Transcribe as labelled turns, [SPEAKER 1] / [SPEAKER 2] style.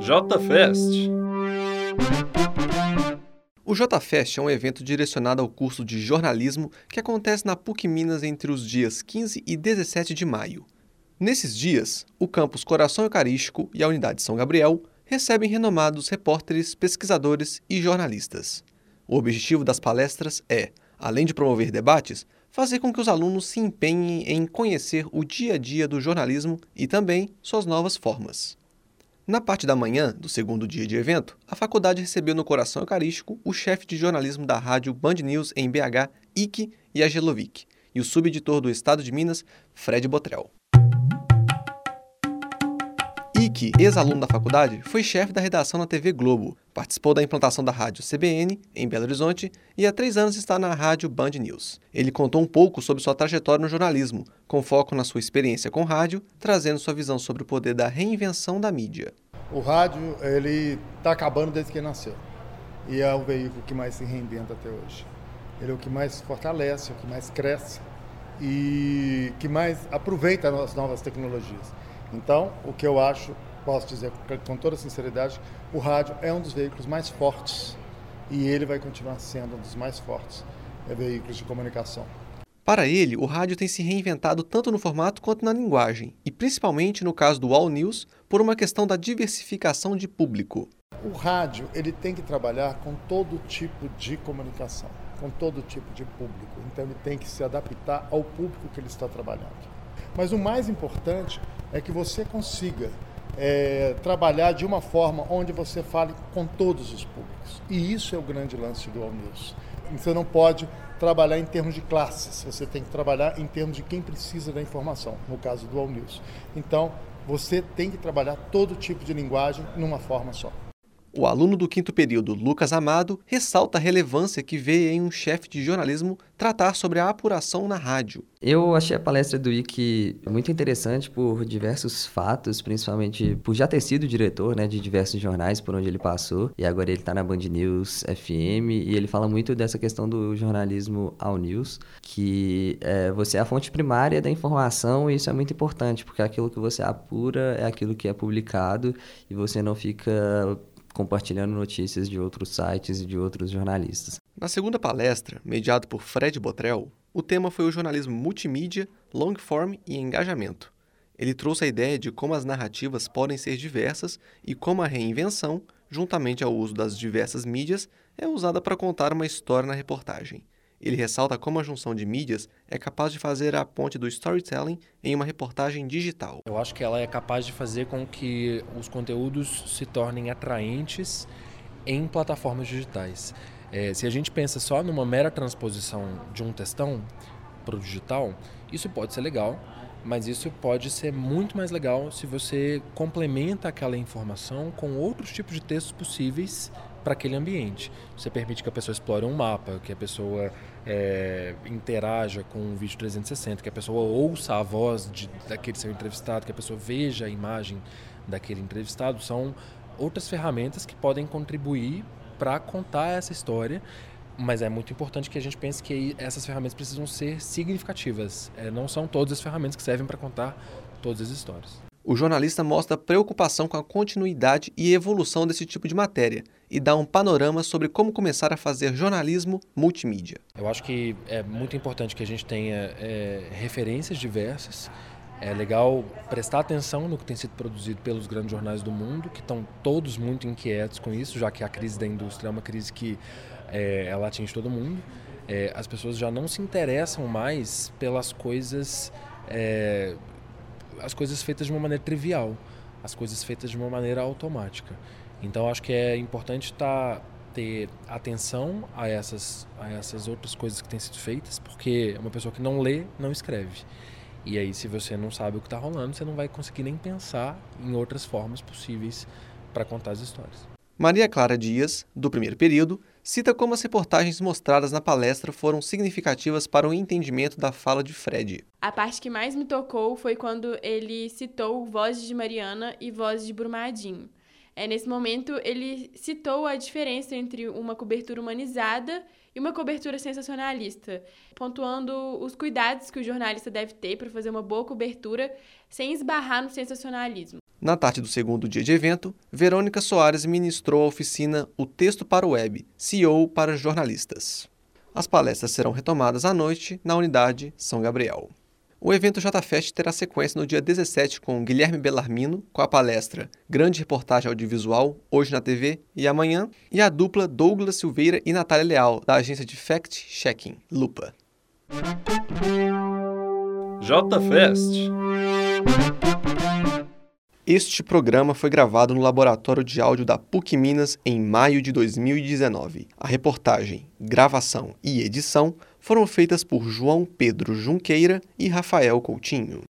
[SPEAKER 1] JFest.
[SPEAKER 2] O JFest é um evento direcionado ao curso de jornalismo que acontece na PUC Minas entre os dias 15 e 17 de maio. Nesses dias, o campus Coração Eucarístico e a Unidade São Gabriel recebem renomados repórteres, pesquisadores e jornalistas. O objetivo das palestras é, além de promover debates, fazer com que os alunos se empenhem em conhecer o dia a dia do jornalismo e também suas novas formas. Na parte da manhã do segundo dia de evento, a faculdade recebeu no Coração Eucarístico o chefe de jornalismo da rádio Band News em BH, Ike Jagelovic, e o subeditor do Estado de Minas, Fred Botrel. Ike, ex-aluno da faculdade, foi chefe da redação na TV Globo, participou da implantação da rádio CBN, em Belo Horizonte, e há 3 anos está na rádio Band News. Ele contou um pouco sobre sua trajetória no jornalismo, com foco na sua experiência com rádio, trazendo sua visão sobre o poder da reinvenção da mídia.
[SPEAKER 3] O rádio, ele está acabando desde que nasceu, e é o veículo que mais se reinventa até hoje. Ele é o que mais fortalece, o que mais cresce e que mais aproveita as novas tecnologias. Então, o que eu acho, posso dizer com toda sinceridade, o rádio é um dos veículos mais fortes e ele vai continuar sendo um dos mais fortes veículos de comunicação.
[SPEAKER 2] Para ele, o rádio tem se reinventado tanto no formato quanto na linguagem, e principalmente no caso do All News, por uma questão da diversificação de público.
[SPEAKER 3] O rádio ele tem que trabalhar com todo tipo de comunicação, com todo tipo de público. Então, ele tem que se adaptar ao público que ele está trabalhando. Mas o mais importante é que você consiga trabalhar de uma forma onde você fale com todos os públicos. E isso é o grande lance do All News. Você não pode trabalhar em termos de classes, você tem que trabalhar em termos de quem precisa da informação, no caso do All News. Então, você tem que trabalhar todo tipo de linguagem numa forma só.
[SPEAKER 2] O aluno do 5º período, Lucas Amado, ressalta a relevância que vê em um chefe de jornalismo tratar sobre a apuração na rádio.
[SPEAKER 4] Eu achei a palestra do Ike muito interessante por diversos fatos, principalmente por já ter sido diretor, de diversos jornais por onde ele passou, e agora ele está na Band News FM, e ele fala muito dessa questão do jornalismo All News, que você é a fonte primária da informação, e isso é muito importante, porque aquilo que você apura é aquilo que é publicado, e você não fica compartilhando notícias de outros sites e de outros jornalistas.
[SPEAKER 2] Na segunda palestra, mediado por Fred Botrel, o tema foi o jornalismo multimídia, long form e engajamento. Ele trouxe a ideia de como as narrativas podem ser diversas e como a reinvenção, juntamente ao uso das diversas mídias, é usada para contar uma história na reportagem. Ele ressalta como a junção de mídias é capaz de fazer a ponte do storytelling em uma reportagem digital.
[SPEAKER 1] Eu acho que ela é capaz de fazer com que os conteúdos se tornem atraentes em plataformas digitais. Se a gente pensa só numa mera transposição de um textão para o digital, isso pode ser legal, mas isso pode ser muito mais legal se você complementa aquela informação com outros tipos de textos possíveis para aquele ambiente. Você permite que a pessoa explore um mapa, que a pessoa interaja com um vídeo 360, que a pessoa ouça a voz daquele seu entrevistado, que a pessoa veja a imagem daquele entrevistado. São outras ferramentas que podem contribuir para contar essa história, mas é muito importante que a gente pense que essas ferramentas precisam ser significativas. Não são todas as ferramentas que servem para contar todas as histórias.
[SPEAKER 2] O jornalista mostra preocupação com a continuidade e evolução desse tipo de matéria e dá um panorama sobre como começar a fazer jornalismo multimídia.
[SPEAKER 1] Eu acho que é muito importante que a gente tenha referências diversas. É legal prestar atenção no que tem sido produzido pelos grandes jornais do mundo, que estão todos muito inquietos com isso, já que a crise da indústria é uma crise que ela atinge todo mundo. As pessoas já não se interessam mais pelas coisas... as coisas feitas de uma maneira trivial, as coisas feitas de uma maneira automática. Então, acho que é importante ter atenção a essas outras coisas que têm sido feitas, porque uma pessoa que não lê, não escreve. E aí, se você não sabe o que está rolando, você não vai conseguir nem pensar em outras formas possíveis para contar as histórias.
[SPEAKER 2] Maria Clara Dias, do 1º período, cita como as reportagens mostradas na palestra foram significativas para o entendimento da fala de Fred.
[SPEAKER 5] A parte que mais me tocou foi quando ele citou Vozes de Mariana e Vozes de Brumadinho. Nesse momento, ele citou a diferença entre uma cobertura humanizada e uma cobertura sensacionalista, pontuando os cuidados que o jornalista deve ter para fazer uma boa cobertura sem esbarrar no sensacionalismo.
[SPEAKER 2] Na tarde do segundo dia de evento, Verônica Soares ministrou a oficina O Texto para o Web, SEO para jornalistas. As palestras serão retomadas à noite na unidade São Gabriel. O evento JFest terá sequência no dia 17 com Guilherme Bellarmino, com a palestra Grande Reportagem Audiovisual, Hoje na TV e Amanhã, e a dupla Douglas Silveira e Natália Leal, da agência de fact-checking, Lupa.
[SPEAKER 1] JFest.
[SPEAKER 2] Este programa foi gravado no Laboratório de Áudio da PUC Minas em maio de 2019. A reportagem, gravação e edição foram feitas por João Pedro Junqueira e Rafael Coutinho.